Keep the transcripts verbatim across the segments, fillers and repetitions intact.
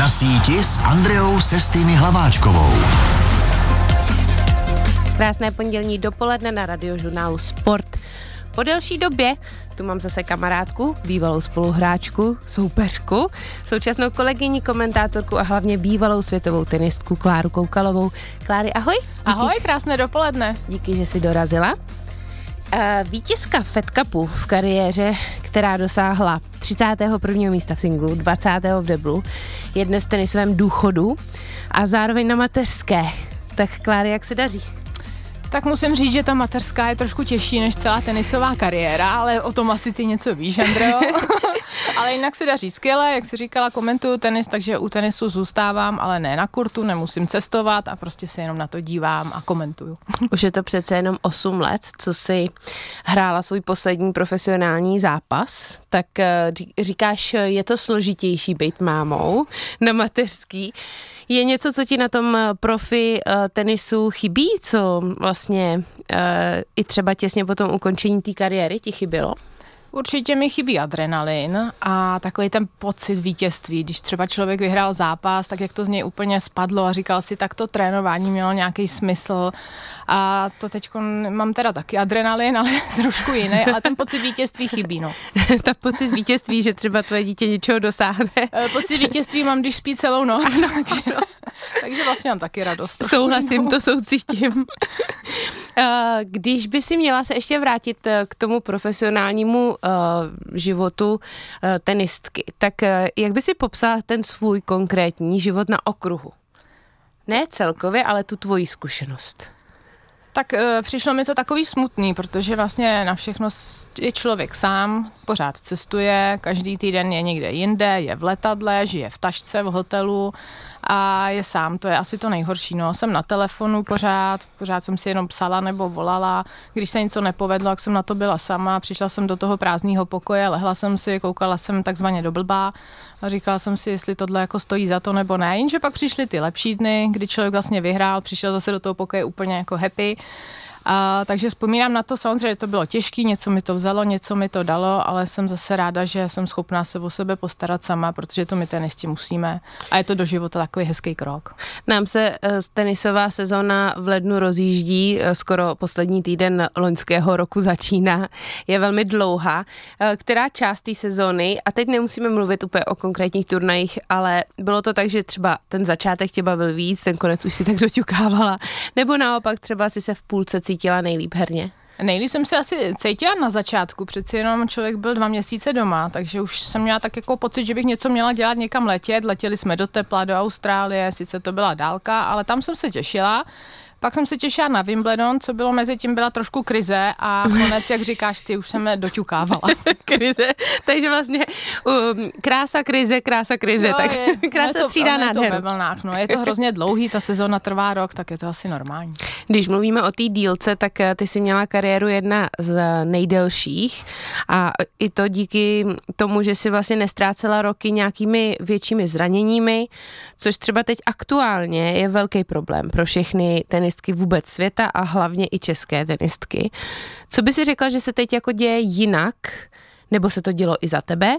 Na síti s Andreou Sestými Hlaváčkovou. Krásné pondělní dopoledne na Radiožurnálu Sport. Po delší době tu mám zase kamarádku, bývalou spoluhráčku, soupeřku, současnou kolegyni, komentátorku a hlavně bývalou světovou tenistku Kláru Koukalovou. Kláry, ahoj. Díky. Ahoj, krásné dopoledne. Díky, že jsi dorazila. Vítězka Fed Cupu v kariéře, která dosáhla třicátého prvního místa v singlu, dvacátého v deblu, je dnes v tenisovém důchodu a zároveň na mateřské. Tak Kláry, jak se daří? Tak musím říct, že ta mateřská je trošku těžší než celá tenisová kariéra, ale o tom asi ty něco víš, Andreo. Ale jinak se daří skvěle, jak jsi říkala, komentuju tenis, takže u tenisu zůstávám, ale ne na kurtu, nemusím cestovat a prostě se jenom na to dívám a komentuju. Už je to přece jenom osm let, co jsi hrála svůj poslední profesionální zápas, tak říkáš, je to složitější být mámou na mateřský. Je něco, co ti na tom profi tenisu chybí, co vlastně i třeba těsně po tom ukončení té kariéry ti chybělo? Určitě mi chybí adrenalin a takový ten pocit vítězství. Když třeba člověk vyhrál zápas, tak jak to z něj úplně spadlo a říkal si, tak to trénování mělo nějaký smysl. A to teďko mám teda taky adrenalin, ale trošku jiný, ale ten pocit vítězství chybí, no. Tak pocit vítězství, že třeba tvoje dítě něčeho dosáhne. Pocit vítězství mám, když spí celou noc, takže, takže vlastně mám taky radost. Souhlasím, to soucítím. Když by si měla se ještě vrátit k tomu profesionálnímu životu tenistky, tak jak by si popsala ten svůj konkrétní život na okruhu? Ne celkově, ale tu tvoji zkušenost. Tak e, přišlo mi to takový smutný, protože vlastně na všechno je člověk sám, pořád cestuje, každý týden je někde jinde, je v letadle, žije v tašce, v hotelu a je sám, to je asi to nejhorší. No, jsem na telefonu pořád, pořád jsem si jenom psala nebo volala, když se něco nepovedlo, jak jsem na to byla sama, přišla jsem do toho prázdného pokoje, lehla jsem si, koukala jsem takzvaně do blbá a říkala jsem si, jestli tohle jako stojí za to nebo ne, jenže pak přišly ty lepší dny, kdy člověk vlastně vyhrál, přišel zase do toho pokoje úplně jako happy. A, takže vzpomínám na to, samozřejmě to bylo těžké, něco mi to vzalo, něco mi to dalo, ale jsem zase ráda, že jsem schopná se o sebe postarat sama, protože to my tenisti musíme a je to do života takový hezký krok. Nám se tenisová sezóna v lednu rozjíždí, skoro poslední týden loňského roku začíná, je velmi dlouhá. Která část té sezóny, a teď nemusíme mluvit úplně o konkrétních turnajích, ale bylo to tak, že třeba ten začátek tě bavil víc, ten konec už si tak doťukávala, nebo naopak třeba si se v půlce cítila nejlíp herně? Nejlíp jsem se asi cítila na začátku, přeci jenom člověk byl dva měsíce doma, takže už jsem měla tak jako pocit, že bych něco měla dělat, někam letět, letěli jsme do tepla, do Austrálie, sice to byla dálka, ale tam jsem se těšila. Pak jsem se těšila na Wimbledon, co bylo mezi tím, byla trošku krize a konec, jak říkáš ty, už jsem doťukávala. Krize, takže vlastně um, krása, krize, krása, krize, jo, tak je, krása to, střídá nádheru. Je to ve vlnách, no, je to hrozně dlouhý, ta sezóna trvá rok, tak je to asi normální. Když mluvíme o té dílce, tak ty jsi měla kariéru jedna z nejdelších a i to díky tomu, že si vlastně nestrácela roky nějakými většími zraněními, což třeba teď aktuálně je velký problém pro všechny tenistky vůbec světa a hlavně i české tenistky. Co by si řekla, že se teď jako děje jinak, nebo se to dělo i za tebe,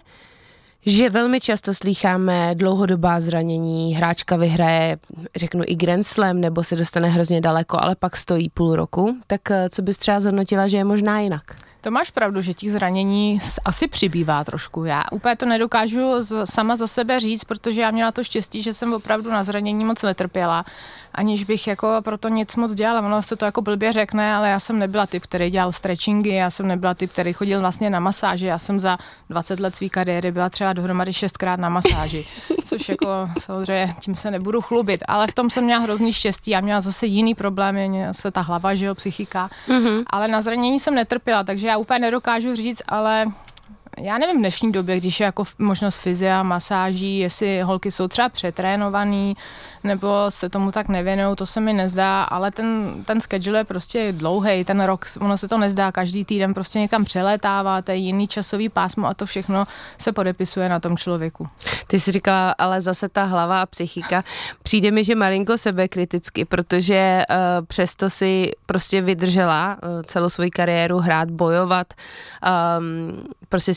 že velmi často slýcháme dlouhodobá zranění, hráčka vyhraje, řeknu i Grand Slam, nebo se dostane hrozně daleko, ale pak stojí půl roku, tak co bys třeba zhodnotila, že je možná jinak? To máš pravdu, že těch zranění asi přibývá trošku. Já úplně to nedokážu sama za sebe říct, protože já měla to štěstí, že jsem opravdu na zranění moc netrpěla, aniž bych jako proto nic moc dělala. Ono se to jako blbě řekne, ale já jsem nebyla typ, který dělal stretchingy, já jsem nebyla typ, který chodil vlastně na masáži. Já jsem za dvacet let své kariéry byla třeba dohromady šestkrát na masáži, což jako samozřejmě tím se nebudu chlubit, ale v tom jsem měla hrozný štěstí. Já měla zase jiný problémy, měla se ta hlava, že jo, psychika, mm-hmm. ale na zranění jsem netrpěla, takže já úplně nedokážu říct, ale já nevím v dnešní době, když je jako možnost fyzia, masáží, jestli holky jsou třeba přetrénovaný, nebo se tomu tak nevěnují, to se mi nezdá, ale ten, ten schedule je prostě dlouhej, ten rok, ono se to nezdá, každý týden prostě někam přelétává, to je jiný časový pásmo a to všechno se podepisuje na tom člověku. Ty jsi říkala, ale zase ta hlava a psychika, přijde mi, že malinko sebekriticky, protože uh, přesto si prostě vydržela uh, celou svou kariéru hrát, bojovat, um, prostě si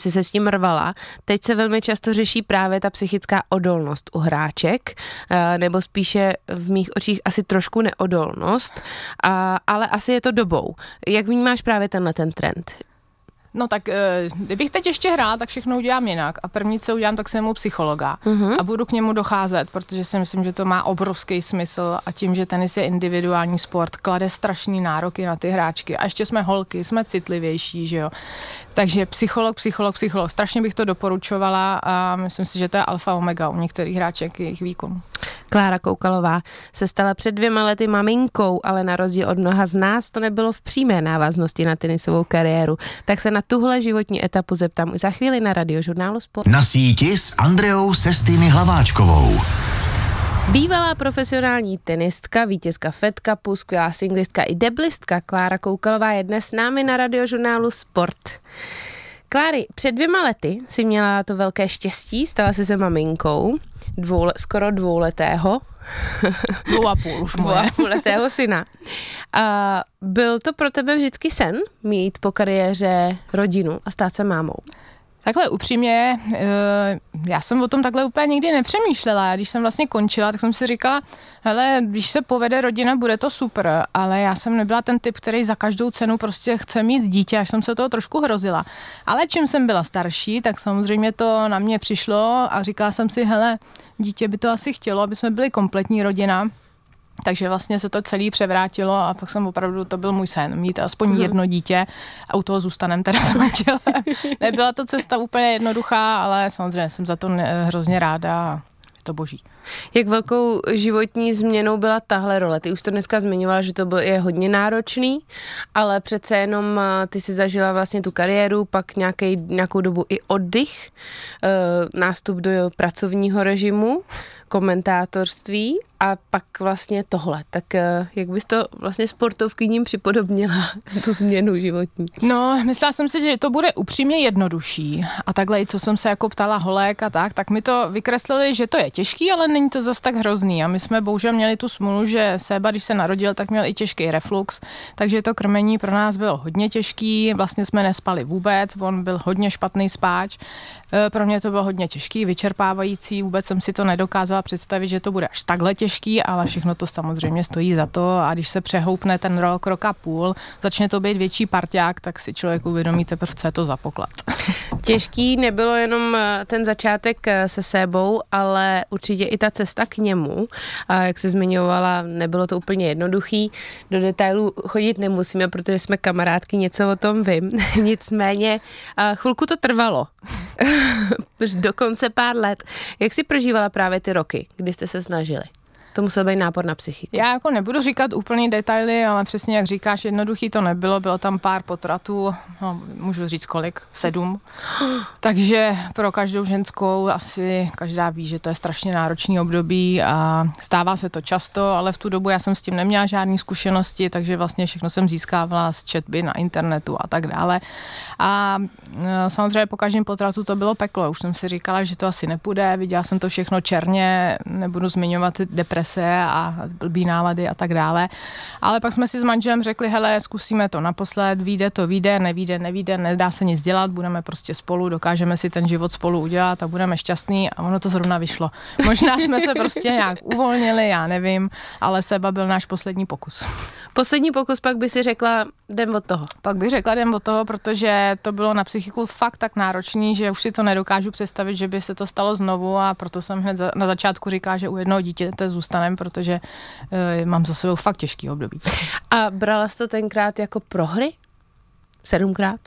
si se s tím rvala. Teď se velmi často řeší právě ta psychická odolnost u hráček, nebo spíše v mých očích asi trošku neodolnost, ale asi je to dobou. Jak vnímáš právě tenhle ten trend? No tak, kdybych teď ještě hrála, tak všechno udělám jinak. A první, co udělám, tak se mu psychologa. Uh-huh. A budu k němu docházet, protože si myslím, že to má obrovský smysl a tím, že tenis je individuální sport, klade strašný nároky na ty hráčky. A ještě jsme holky, jsme citlivější, že jo. Takže psycholog, psycholog, psycholog. Strašně bych to doporučovala a myslím si, že to je alfa omega u některých hráček jejich výkonu. Klára Koukalová se stala před dvěma lety maminkou, ale na rozdíl od mnoha z nás to nebylo v přímé návaznosti na tenisovou kariéru. Tak se na tuhle životní etapu zeptám už za chvíli na Radiožurnálu Sport. Na síti s Andreou Sestými Hlaváčkovou. Bývalá profesionální tenistka, vítězka Fed Cupu, skvělá singlistka i deblistka Klára Koukalová je dnes s námi na Radiožurnálu Sport. Kláry, před dvěma lety si měla to velké štěstí, stala si se maminkou, dvou, skoro dvouletého. Dvou a půl už moje. Dvou a půl letého syna. A byl to pro tebe vždycky sen mít po kariéře rodinu a stát se mámou? Takhle upřímně, já jsem o tom takhle úplně nikdy nepřemýšlela. Když jsem vlastně končila, tak jsem si říkala, hele, když se povede rodina, bude to super, ale já jsem nebyla ten typ, který za každou cenu prostě chce mít dítě, až jsem se toho trošku hrozila. Ale čím jsem byla starší, tak samozřejmě to na mě přišlo a říkala jsem si, hele, dítě by to asi chtělo, aby jsme byli kompletní rodina. Takže vlastně se to celé převrátilo a pak jsem opravdu, to byl můj sen, mít aspoň mm. jedno dítě a u toho zůstanem teda s manželem. Nebyla to cesta úplně jednoduchá, ale samozřejmě jsem za to hrozně ráda a je to boží. Jak velkou životní změnou byla tahle role? Ty už to dneska zmiňovala, že to byl, je hodně náročný, ale přece jenom ty si zažila vlastně tu kariéru, pak nějaký, nějakou dobu i oddych, nástup do pracovního režimu, komentátorství a pak vlastně tohle. Tak jak bys to vlastně sportovkyním připodobnila, tu změnu životní? No, myslela jsem si, že to bude upřímně jednodušší. A takhle, i co jsem se jako ptala holek a tak, tak mi to vykreslili, že to je těžký, ale není to zas tak hrozný. A my jsme bohužel měli tu smůlu, že Seba, když se narodil, tak měl i těžký reflux, takže to krmení pro nás bylo hodně těžký. Vlastně jsme nespali vůbec, on byl hodně špatný spáč. Pro mě to bylo hodně těžký, vyčerpávající, vůbec jsem si to nedokázala představit, že to bude až takhle těžký, ale všechno to samozřejmě stojí za to a když se přehoupne ten rok, rok a půl, začne to být větší parťák, tak si člověk uvědomí teprve, co je to za poklad. Těžký nebylo jenom ten začátek se Sébou, ale určitě i ta cesta k němu. A jak se zmiňovala, nebylo to úplně jednoduchý. Do detailů chodit nemusíme, protože jsme kamarádky, něco o tom vím. Nicméně chvilku to trvalo. Dokonce pár let. Jak si prožívala právě ty roky, kdy jste se snažili? To musel být nápor na psychiku. Já jako nebudu říkat úplný detaily, ale přesně jak říkáš, jednoduchý to nebylo, bylo tam pár potratů, no, můžu říct kolik, sedm. Takže pro každou ženskou asi každá ví, že to je strašně náročný období a stává se to často, ale v tu dobu já jsem s tím neměla žádné zkušenosti, takže vlastně všechno jsem získávala z četby na internetu a tak dále. A samozřejmě po každém potratu to bylo peklo. Už jsem si říkala, že to asi nepůjde, viděla jsem to všechno černě, nebudu zmiňovat deprese a blbý nálady a tak dále. Ale pak jsme si s manželem řekli, hele, zkusíme to naposled, vyjde to, vyjde, nevyjde, nevyjde, nedá se nic dělat, budeme prostě spolu, dokážeme si ten život spolu udělat a budeme šťastní a ono to zrovna vyšlo. Možná jsme se prostě nějak uvolnili, já nevím, ale Seba byl náš poslední pokus. Poslední pokus, pak by si řekla, jdem od toho. Pak bych řekla, jdem od toho, protože to bylo na psychiku fakt tak náročný, že už si to nedokážu představit, že by se to stalo znovu a proto jsem hned na začátku říkala, že u jednoho dítěte zůstanem, protože uh, mám za sebou fakt těžký období. A brala jsi to tenkrát jako prohry? Sedmkrát?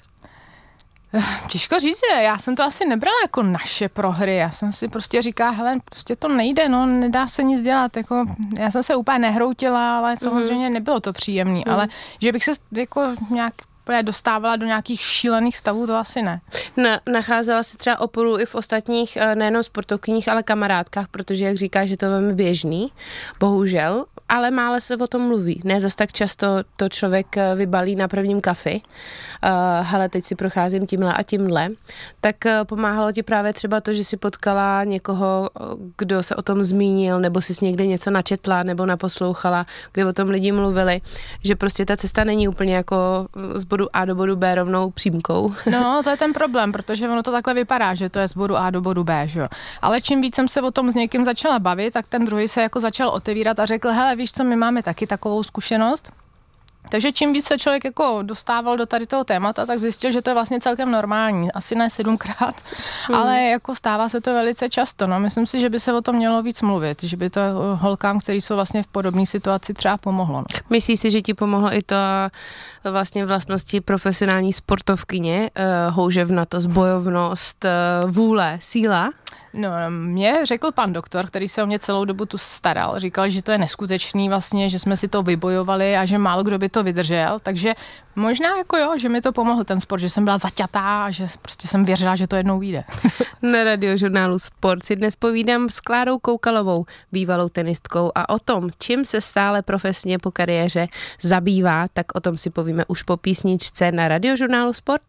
Těžko říct, já jsem to asi nebrala jako naše prohry, já jsem si prostě říkala, hele, prostě to nejde, no, nedá se nic dělat, jako, já jsem se úplně nehroutila, ale samozřejmě mm. nebylo to příjemný, mm. ale že bych se jako nějak dostávala do nějakých šílených stavů, to asi ne. Na, nacházela si třeba oporu i v ostatních, nejenom sportovkyních, ale kamarádkách, protože jak říkáš, že to je velmi běžný, bohužel, ale málo se o tom mluví. Ne zas tak často to člověk vybalí na prvním kafi. Uh, hele, teď si procházím tímhle a tímhle. Tak uh, pomáhalo ti právě třeba to, že si potkala někoho, kdo se o tom zmínil, nebo jsi někde něco načetla, nebo naposlouchala, kde o tom lidi mluvili, že prostě ta cesta není úplně jako z bodu A do bodu B rovnou přímkou. No, to je ten problém, protože ono to takhle vypadá, že to je z bodu A do bodu B, že jo. Ale čím víc jsem se o tom s někým začala bavit, tak ten druhý se jako začal otevírat a řekl, hele, víš co, my máme taky takovou zkušenost. Takže čím víc se člověk jako dostával do tady toho témata, tak zjistil, že to je vlastně celkem normální. Asi ne sedmkrát, hmm. ale jako stává se to velice často. No. Myslím si, že by se o tom mělo víc mluvit, že by to holkám, který jsou vlastně v podobné situaci, třeba pomohlo. No. Myslíš si, že ti pomohlo i to vlastně vlastnosti profesionální sportovkyně, houževnatost, bojovnost, vůle, síla? No, mě řekl pan doktor, který se o mě celou dobu tu staral, říkal, že to je neskutečný vlastně, že jsme si to vybojovali a že málo kdo by to vydržel, takže možná jako jo, že mi to pomohl ten sport, že jsem byla zaťatá a že prostě jsem věřila, že to jednou vyjde. Na Radiožurnálu Sport si dnes povídám s Klárou Koukalovou, bývalou tenistkou, a o tom, čím se stále profesně po kariéře zabývá, tak o tom si povíme už po písničce na Radiožurnálu Sport.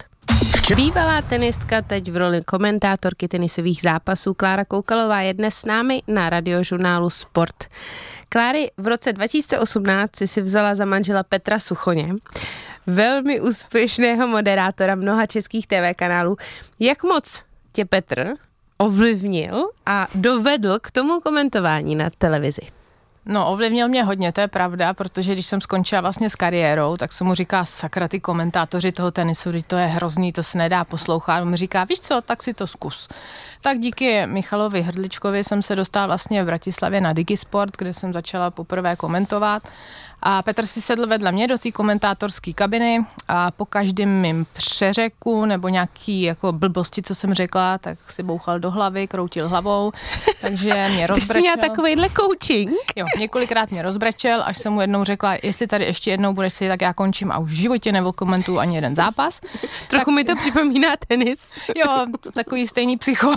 Bývalá tenistka, teď v roli komentátorky tenisových zápasů, Klára Koukalová je dnes s námi na Radiožurnálu Sport. Kláry, v roce dva tisíce osmnáct si si vzala za manžela Petra Suchoně, velmi úspěšného moderátora mnoha českých té vé kanálů. Jak moc tě Petr ovlivnil a dovedl k tomu komentování na televizi? No, ovlivnil mě hodně, to je pravda, protože když jsem skončila vlastně s kariérou, tak se mu říká, sakra, ty komentátoři toho tenisu, to je hrozný, to se nedá poslouchat. On mi říká, víš co, tak si to zkus. Tak díky Michalovi Hrdličkovi jsem se dostala vlastně v Bratislavě na Digisport, kde jsem začala poprvé komentovat. A Petr si sedl vedle mě do té komentátorské kabiny a po každém mým přeřeku nebo nějaký jako blbosti, co jsem řekla, tak si bouchal do hlavy, kroutil hlavou, takže mě rozbrečel. Ty jsi měla takovejhle coaching? Jo, několikrát mě rozbrečel, až jsem mu jednou řekla, jestli tady ještě jednou budeš si, tak já končím a už v životě nekomentuju ani jeden zápas. Trochu tak mi to připomíná tenis. Jo, takový stejný psycho.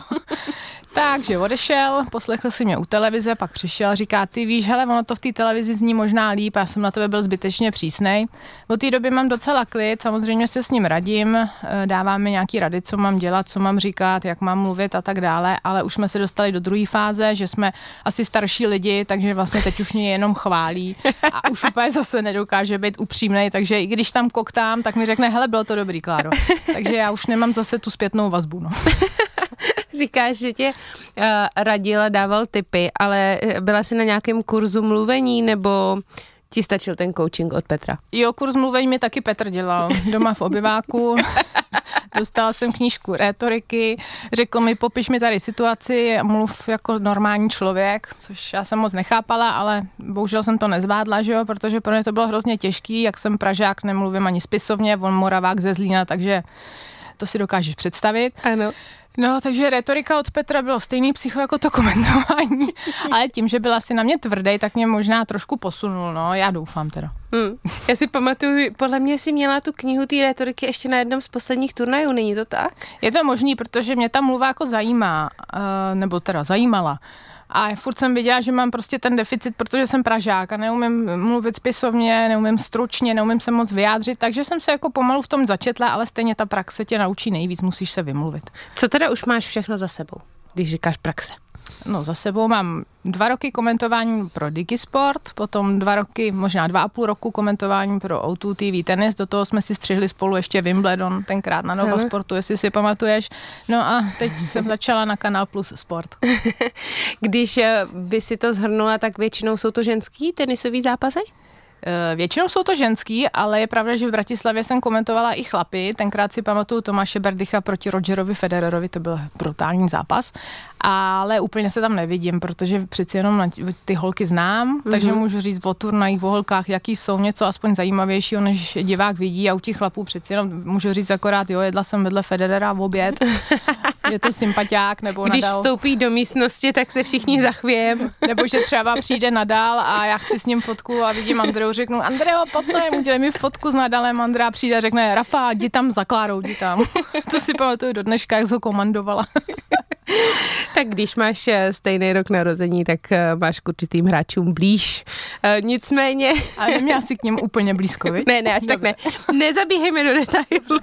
Takže odešel, poslechl si mě u televize, pak přišel, říká, ty víš, hele, ono to v té televizi zní možná líp, já jsem na tebe byl zbytečně přísnej. Od té doby mám docela klid, samozřejmě se s ním radím, dává mi nějaký rady, co mám dělat, co mám říkat, jak mám mluvit a tak dále, ale už jsme se dostali do druhé fáze, že jsme asi starší lidi, takže vlastně teď už mě jenom chválí a už úplně zase nedokáže být upřímnej, takže i když tam koktám, tak mi řekne, hele, bylo to dobrý, Kláro. Takže já už nemám zase tu zpětnou vazbu, no. Říkáš, že tě uh, radil a dával tipy, ale byla jsi na nějakém kurzu mluvení, nebo ti stačil ten coaching od Petra? Jo, kurz mluvení mi taky Petr dělal doma v obyváku. Dostala jsem knížku rétoriky, řekl mi, popiš mi tady situaci, mluv jako normální člověk, což já jsem moc nechápala, ale bohužel jsem to nezvládla, že jo, protože pro mě to bylo hrozně těžký, jak jsem Pražák, nemluvím ani spisovně, on Moravák ze Zlína, takže to si dokážeš představit. Ano. No, takže retorika od Petra bylo stejný psycho jako to komentování, ale tím, že byla si na mě tvrdý, tak mě možná trošku posunul, no, já doufám teda. Hmm. Já si pamatuju, podle mě si měla tu knihu té retoriky ještě na jednom z posledních turnajů, není to tak? Je to možný, protože mě ta mluva jako zajímá, uh, nebo teda zajímala. A furt jsem viděla, že mám prostě ten deficit, protože jsem Pražák a neumím mluvit spisovně, neumím stručně, neumím se moc vyjádřit, takže jsem se jako pomalu v tom začetla, ale stejně ta praxe tě naučí nejvíc, musíš se vymluvit. Co teda už máš všechno za sebou, když říkáš praxe? No, za sebou mám dva roky komentování pro Digisport, potom dva roky, možná dva a půl roku komentování pro O dva T V tenis, do toho jsme si střihli spolu ještě Wimbledon, tenkrát na Novosportu, jestli si pamatuješ. No a teď jsem začala na Kanál Plus Sport. Když by si to shrnula, tak většinou jsou to ženský tenisový zápasy? Většinou jsou to ženský, ale je pravda, že v Bratislavě jsem komentovala i chlapy. Tenkrát si pamatuju Tomáše Berdycha proti Rogerovi Federerovi, to byl brutální zápas, ale úplně se tam nevidím, protože přeci jenom ty holky znám, mm-hmm. takže můžu říct o turnajích, o holkách, jaký jsou, něco aspoň zajímavějšího, než divák vidí, a u těch chlapů přeci jenom můžu říct akorát, jo, jedla jsem vedle Federera v oběd. Je to sympatiák, nebo Když Nadal. vstoupí do místnosti, tak se všichni zachvějem. Nebo že třeba přijde Nadal a já chci s ním fotku a vidím Andreu, řeknu, Andreo, pojď sem, udělej mi fotku s Nadalem, Andrea přijde a řekne, Rafa, jdi tam za Klárou, jdi tam. To si pamatuju do dneška, jak ho komandovala. Tak když máš stejný rok narození, tak máš k určitým hráčům blíž. Nicméně... Ale neměla si k němu úplně blízko, viď? Ne, ne, až tak ne. Nezabíhejme do detailů.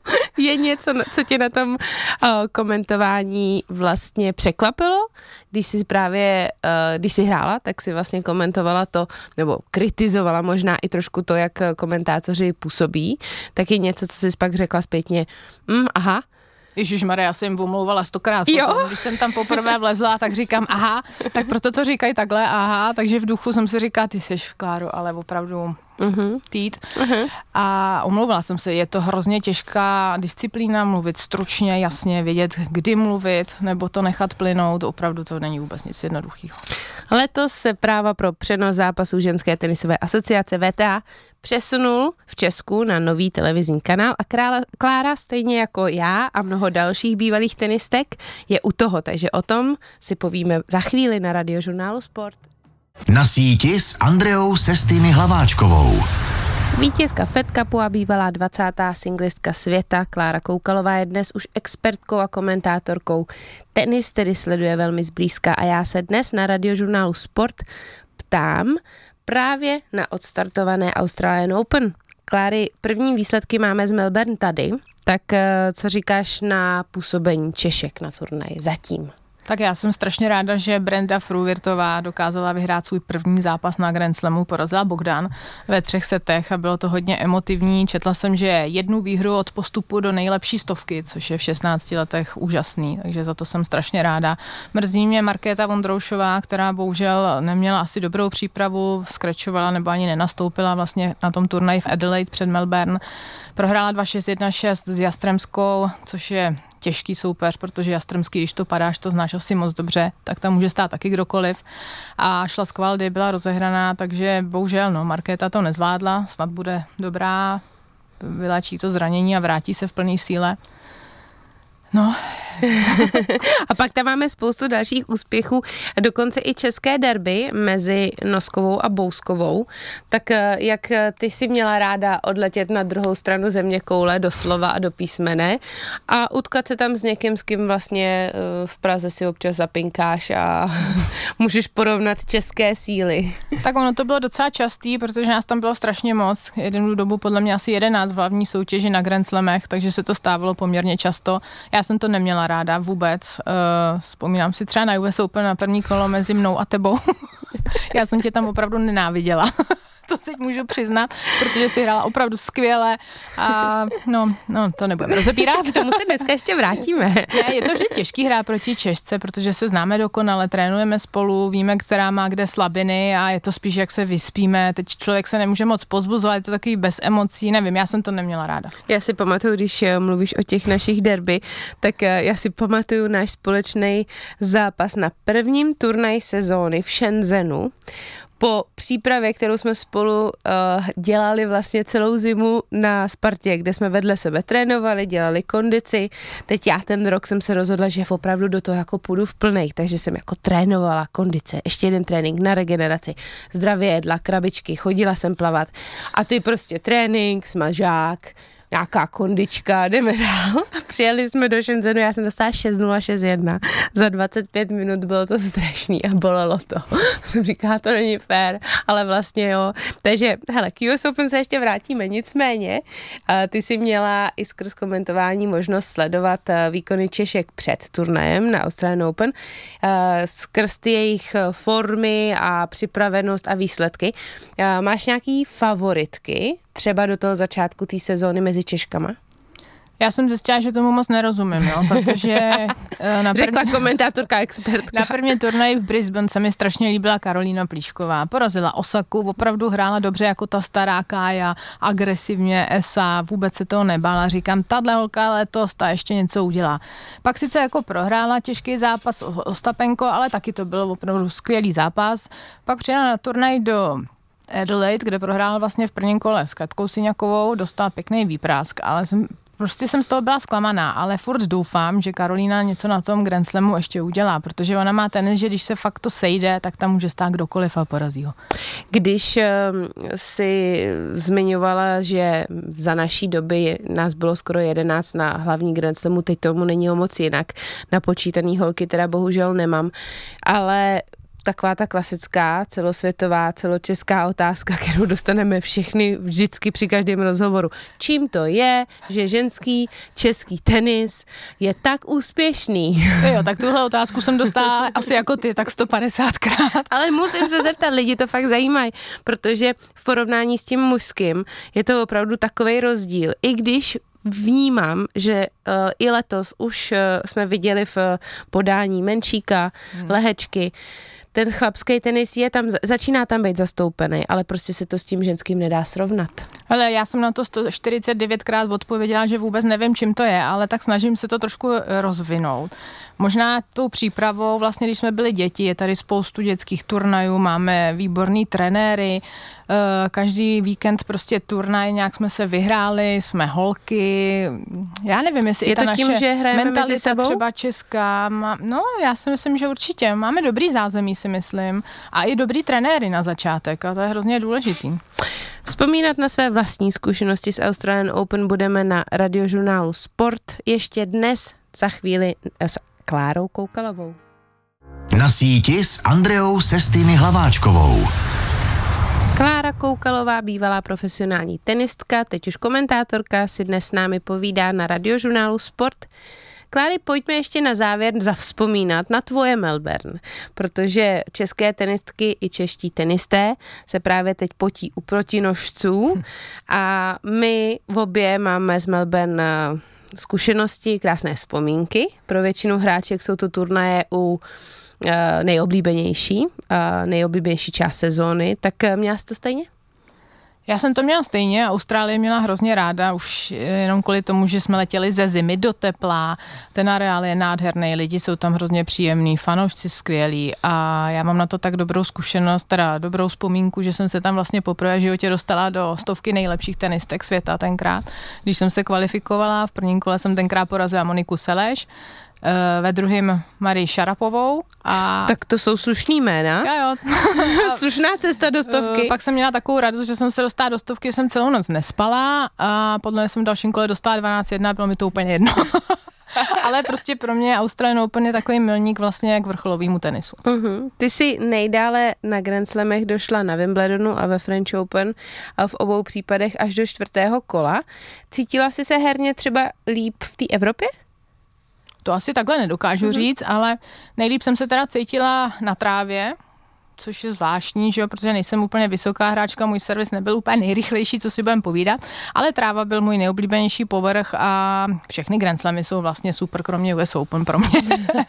Je něco, co tě na tom uh, komentování vlastně překvapilo? Když jsi právě, uh, když jsi hrála, tak si vlastně komentovala to, nebo kritizovala možná i trošku to, jak komentátoři působí. Tak je něco, co jsi pak řekla zpětně, mm, aha, Ježišmarja, já jsem jim omlouvala stokrát. Potom, když jsem tam poprvé vlezla, tak říkám, aha, tak proto to říkají takhle, aha, takže v duchu jsem si říkala, ty seš, Kláro, ale opravdu uh-huh. tít. Uh-huh. A omlouvala jsem se, je to hrozně těžká disciplína, mluvit stručně, jasně, vědět, kdy mluvit, nebo to nechat plynout, opravdu to není vůbec nic jednoduchého. Letos se práva pro přenos zápasů ženské tenisové asociace V T A přesunul v Česku na nový televizní kanál a Krála, Klára, stejně jako já a mnoho dalších bývalých tenistek, je u toho, takže o tom si povíme za chvíli na Radiožurnálu Sport. Na síti s Andreou Sestými Hlaváčkovou. Vítězka Fed Cupu a bývalá dvacátá singlistka světa Klára Koukalová je dnes už expertkou a komentátorkou. Tenis tedy sleduje velmi zblízka a já se dnes na Radiožurnálu Sport ptám právě na odstartované Australian Open. Kláry, první výsledky máme z Melbourne tady, tak co říkáš na působení Češek na turnaji zatím? Tak já jsem strašně ráda, že Brenda Fruhvirtová dokázala vyhrát svůj první zápas na Grand Slamu, porazila Bogdan ve třech setech a bylo to hodně emotivní. Četla jsem, že jednu výhru od postupu do nejlepší stovky, což je v šestnácti letech úžasný, takže za to jsem strašně ráda. Mrzí mě Markéta Vondroušová, která bohužel neměla asi dobrou přípravu, skrečovala nebo ani nenastoupila vlastně na tom turnaji v Adelaide před Melbourne. Prohrála dva šest jedna šest s Jastremskou, což je těžký soupeř, protože Jastremský, když to padáš, to znáš asi moc dobře, tak tam může stát taky kdokoliv. A šla z kvaldy, byla rozehraná, takže bohužel, no, Markéta to nezvládla, snad bude dobrá, vyléčí to zranění a vrátí se v plné síle. No. A pak tam máme spoustu dalších úspěchů, dokonce i české derby mezi Noskovou a Bouskovou. Tak jak ty si měla ráda odletět na druhou stranu země koule doslova a do písmene a utkat se tam s někým, s kým vlastně v Praze si občas zapinkáš a můžeš porovnat české síly. Tak ono to bylo docela častý, protože nás tam bylo strašně moc. Jednu dobu podle mě asi jedenáct v hlavní soutěži na Grand Slamech, takže se to stávalo poměrně často. Já jsem to neměla ráda vůbec. Uh, vzpomínám si třeba na U S Open na první kolo mezi mnou a tebou. Já jsem tě tam opravdu nenáviděla. To si můžu přiznat, protože si hrála opravdu skvěle a no, no to nebudeme rozebírat. K tomu se dneska ještě vrátíme. Ne, je to vždy těžký hrát proti Češce, protože se známe dokonale, trénujeme spolu, víme, která má kde slabiny a je to spíš, jak se vyspíme. Teď člověk se nemůže moc pozbuzovat, je to takový bez emocí, nevím, já jsem to neměla ráda. Já si pamatuju, když mluvíš o těch našich derby, tak já si pamatuju náš společný zápas na prvním turnaji sezóny v Shenzhenu. Po přípravě, kterou jsme spolu uh, dělali vlastně celou zimu na Spartě, kde jsme vedle sebe trénovali, dělali kondici. Teď já ten rok jsem se rozhodla, že opravdu do toho jako půjdu v plnej, takže jsem jako trénovala kondice, ještě jeden trénink na regeneraci, zdravě jedla, krabičky, chodila jsem plavat a ty prostě trénink, smažák, nějaká kondička, jdeme dál. A přijeli jsme do Shenzhenu, já jsem dostala šest nula šest jedna. Za dvacet pět minut bylo to strašný a bolelo to. Jsem říkala, to není fér, ale vlastně jo. Takže, hele, k U S Open se ještě vrátíme. Nicméně, ty si měla i skrz komentování možnost sledovat výkony Češek před turnajem na Australian Open. Skrz ty jejich formy a připravenost a výsledky. Máš nějaký favoritky třeba do toho začátku té sezóny mezi Češkama? Já jsem zjistila, že tomu moc nerozumím, jo, protože... Na první, řekla komentátorka, expertka. Na první turnaji v Brisbane se mi strašně líbila Karolína Plíšková. Porazila Osaku, opravdu hrála dobře jako ta stará Kája, agresivně, esa, vůbec se toho nebála. Říkám, tahle holka letos, ta ještě něco udělá. Pak sice jako prohrála těžký zápas Ostapenko, ale taky to byl opravdu skvělý zápas. Pak přijela na turnaj do Adelaide, kde prohrála vlastně v prvním kole s Katkou Syňakovou, dostala pěkný výprask, ale jsem prostě jsem z toho byla zklamaná, ale furt doufám, že Karolína něco na tom Grand Slamu ještě udělá, protože ona má tenis, že když se fakt to sejde, tak tam může stát kdokoliv a porazí ho. Když si zmiňovala, že za naší doby nás bylo skoro jedenáct na hlavní Grand Slamu, teď tomu není o moc jinak, napočítaný holky teda bohužel nemám, ale taková ta klasická celosvětová, celočeská otázka, kterou dostaneme všechny vždycky při každém rozhovoru. Čím to je, že ženský český tenis je tak úspěšný? Jo, tak tuhle otázku jsem dostala asi jako ty, tak sto padesátkrát. Ale musím se zeptat, lidi to fakt zajímají, protože v porovnání s tím mužským je to opravdu takovej rozdíl. I když vnímám, že uh, i letos už uh, jsme viděli v uh, podání Menšíka, hmm. Lehečky, ten chlapský tenis je tam, začíná tam být zastoupený, ale prostě se to s tím ženským nedá srovnat. Ale já jsem na to sto čtyřicet devětkrát odpověděla, že vůbec nevím, čím to je, ale tak snažím se to trošku rozvinout. Možná tou přípravou, vlastně když jsme byli děti, je tady spoustu dětských turnajů, máme výborný trenéry, každý víkend prostě turnaj, nějak jsme se vyhráli, jsme holky, já nevím, jestli je i ta to naše tím, že hrajeme mentalita mezi sebou? Třeba česká, má, no já si myslím, že určitě, máme dobrý zázemí, si myslím, a i dobrý trenéry na začátek a to je hrozně důležitý. Vzpomínat na své vlastní zkušenosti s Australian Open budeme na radiožurnálu Sport ještě dnes za chvíli s Klárou Koukalovou. Na síti s Andreou Sestými Hlaváčkovou. Klára Koukalová, bývalá profesionální tenistka, teď už komentátorka, si dnes s námi povídá na radiožurnálu Sport. Kláry, pojďme ještě na závěr zavzpomínat na tvoje Melbourne, protože české tenistky i čeští tenisté se právě teď potí u protinožců a my obě máme z Melbourne zkušenosti, krásné vzpomínky. Pro většinu hráček jsou to turnaje u nejoblíbenější, nejoblíbenější část sezóny, tak měla jsi to stejně? Já jsem to měla stejně, Austrálie měla hrozně ráda, už jenom kvůli tomu, že jsme letěli ze zimy do tepla, ten areál je nádherný, lidi jsou tam hrozně příjemní, fanoušci skvělí a já mám na to tak dobrou zkušenost, teda dobrou vzpomínku, že jsem se tam vlastně poprvé v životě dostala do stovky nejlepších tenistek světa tenkrát, když jsem se kvalifikovala, v prvním kole jsem tenkrát porazila Moniku Seles, ve druhém Marii Šarapovou. A tak to jsou slušný jména. Jo, jo. Slušná cesta do stovky. Pak jsem měla takovou radost, že jsem se dostala do stovky, že jsem celou noc nespala a podle jsem v dalším kole dostala dvanáct jedna, bylo mi to úplně jedno. Ale prostě pro mě Australian Open je takový milník vlastně jak vrcholovému tenisu. Uh-huh. Ty jsi nejdále na Grand Slamech došla na Wimbledonu a ve French Open a v obou případech až do čtvrtého kola. Cítila jsi se herně třeba líp v té Evropě? To asi takhle nedokážu mm-hmm. říct, ale nejlíp jsem se teda cítila na trávě, což je zvláštní, že jo, protože nejsem úplně vysoká hráčka, můj servis nebyl úplně nejrychlejší, co si budem povídat, ale tráva byl můj nejoblíbenější povrch a všechny Grand Slamy jsou vlastně super, kromě U S Open pro mě.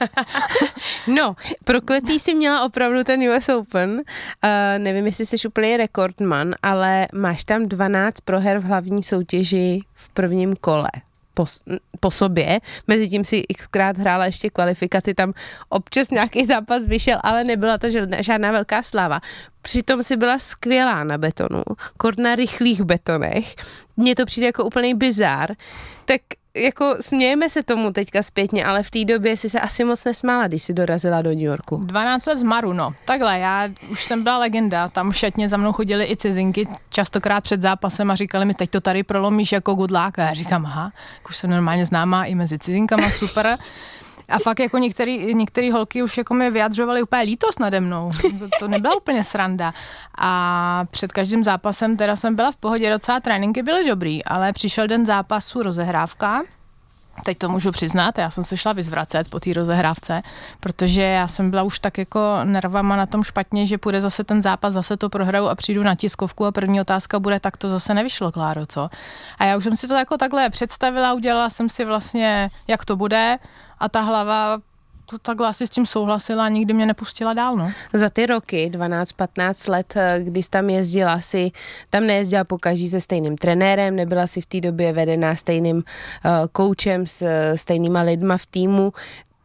No, prokletý si měla opravdu ten U S Open, uh, nevím, jestli jsi úplně rekordman, ale máš tam dvanáct proher v hlavní soutěži v prvním kole. Po, po sobě, mezi tím si xkrát hrála ještě kvalifikaci, tam občas nějaký zápas vyšel, ale nebyla to žádná, žádná velká sláva. Přitom si byla skvělá na betonu, kort na rychlých betonech, mně to přijde jako úplný bizár, tak jako smějeme se tomu teďka zpětně, ale v té době si se asi moc nesmála, když si dorazila do New Yorku. dvanáct let z Maru, no. Takhle, já už jsem byla legenda, tam šatně za mnou chodily i cizinky, častokrát před zápasem a říkali mi, teď to tady prolomíš jako good luck. A já říkám, aha, už jsem normálně známá i mezi cizinkama, super. A fakt jako některý, některý holky už jako mi vyjadřovaly úplně lítost nade mnou. To nebyla úplně sranda. A před každým zápasem teda jsem byla v pohodě, docela tréninky byly dobrý, ale přišel den zápasu, rozehrávka. Teď to můžu přiznat, já jsem se šla vyzvracet po té rozehrávce, protože já jsem byla už tak jako nervama na tom špatně, že půjde zase ten zápas, zase to prohraju a přijdu na tiskovku a první otázka bude, tak to zase nevyšlo, Kláro, co? A já už jsem si to jako takhle představila, udělala jsem si vlastně, jak to bude a ta hlava to takhle asi s tím souhlasila a nikdy mě nepustila dál, no. Za ty roky, dvanáct patnáct let, kdy jsi tam jezdila, si tam nejezdila pokaždý se stejným trenérem, nebyla si v té době vedená stejným uh, koučem s uh, stejnýma lidma v týmu,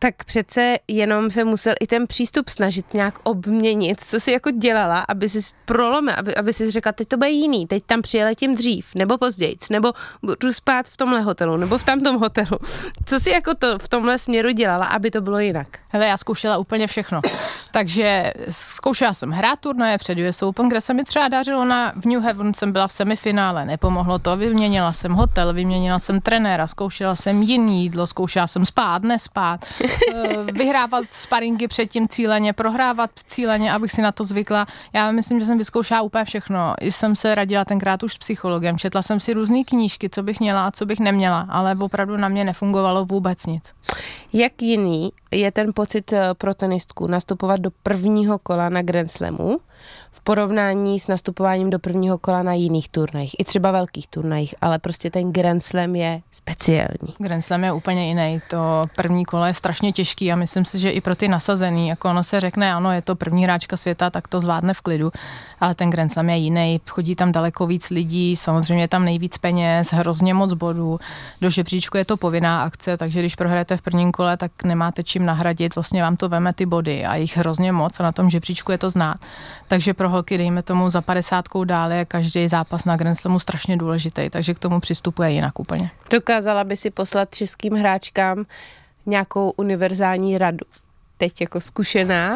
tak přece jenom se musel i ten přístup snažit nějak obměnit, co jsi jako dělala, aby jsi prolomila, aby, aby jsi řekla, teď to bude jiný, teď tam přijeletím dřív, nebo později, nebo budu spát v tomhle hotelu, nebo v tamtom hotelu. Co jsi jako to v tomhle směru dělala, aby to bylo jinak? Hele, já zkoušela úplně všechno. Takže zkoušela jsem hrát turnaje před U S Open, kde se mi třeba dařilo na, v New Haven jsem byla v semifinále, nepomohlo to, vyměnila jsem hotel, vyměnila jsem trenéra, zkoušela jsem jiný jídlo, zkoušela jsem spát, nespát, vyhrávat sparingy předtím cíleně, prohrávat cíleně, abych si na to zvykla. Já myslím, že jsem vyzkoušela úplně všechno. I jsem se radila tenkrát už s psychologem, četla jsem si různé knížky, co bych měla a co bych neměla, ale opravdu na mě nefungovalo vůbec nic. Jak jiný je ten pocit pro tenistku nastupovat do prvního kola na Grand Slamu v porovnání s nastupováním do prvního kola na jiných turnajích, i třeba velkých turnajích, ale prostě ten Grand Slam je speciální. Grand Slam je úplně jiný. To první kolo je strašně těžký a myslím si, že i pro ty nasazený, jako ono se řekne, ano, je to první hráčka světa, tak to zvládne v klidu, ale ten Grand Slam je jiný. Chodí tam daleko víc lidí, samozřejmě je tam nejvíc peněz, hrozně moc bodů. Do žebříčku je to povinná akce, takže když prohrajete v prvním kole, tak nemáte čím nahradit, vlastně vám to veme ty body a jich hrozně moc a na tom žebříčku je to znát. Takže pro holky, dejme tomu, za padesátkou dál je každý zápas na Grand Slamu strašně důležitý, takže k tomu přistupuje jinak úplně. Dokázala by si poslat českým hráčkám nějakou univerzální radu? Teď jako zkušená, uh,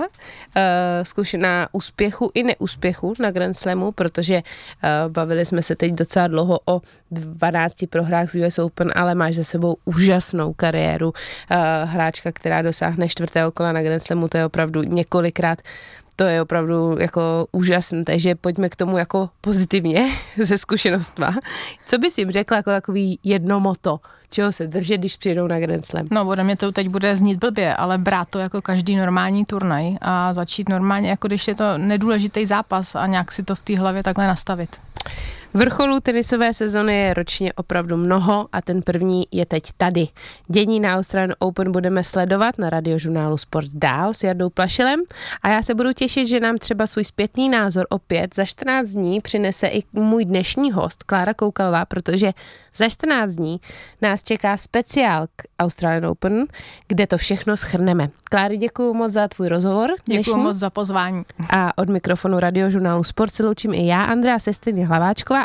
zkušená úspěchu i neúspěchu na Grand Slamu, protože uh, bavili jsme se teď docela dlouho o dvanácti prohrách z U S Open, ale máš za sebou úžasnou kariéru. Uh, hráčka, která dosáhne čtvrtého kola na Grand Slamu, to je opravdu několikrát. To je opravdu jako úžasné, takže pojďme k tomu jako pozitivně ze zkušenostva. Co bys jim řekla jako takový jedno moto, čeho se držet, když přijedou na Grand Slam? No, ode mě to teď bude znít blbě, ale brát to jako každý normální turnaj a začít normálně, jako když je to nedůležitý zápas a nějak si to v té hlavě takhle nastavit. Vrcholů tenisové sezony je ročně opravdu mnoho a ten první je teď tady. Dění na Australian Open budeme sledovat na radiožurnálu Sport dál s Jardou Plašilem a já se budu těšit, že nám třeba svůj zpětný názor opět za čtrnáct dní přinese i můj dnešní host Klára Koukalová, protože za čtrnáct dní nás čeká speciál k Australian Open, kde to všechno shrneme. Kláry, děkuju moc za tvůj rozhovor. Děkuju moc za pozvání. A od mikrofonu radiožurnálu Sport se loučím i já, Andrea Sestiny Hlaváčková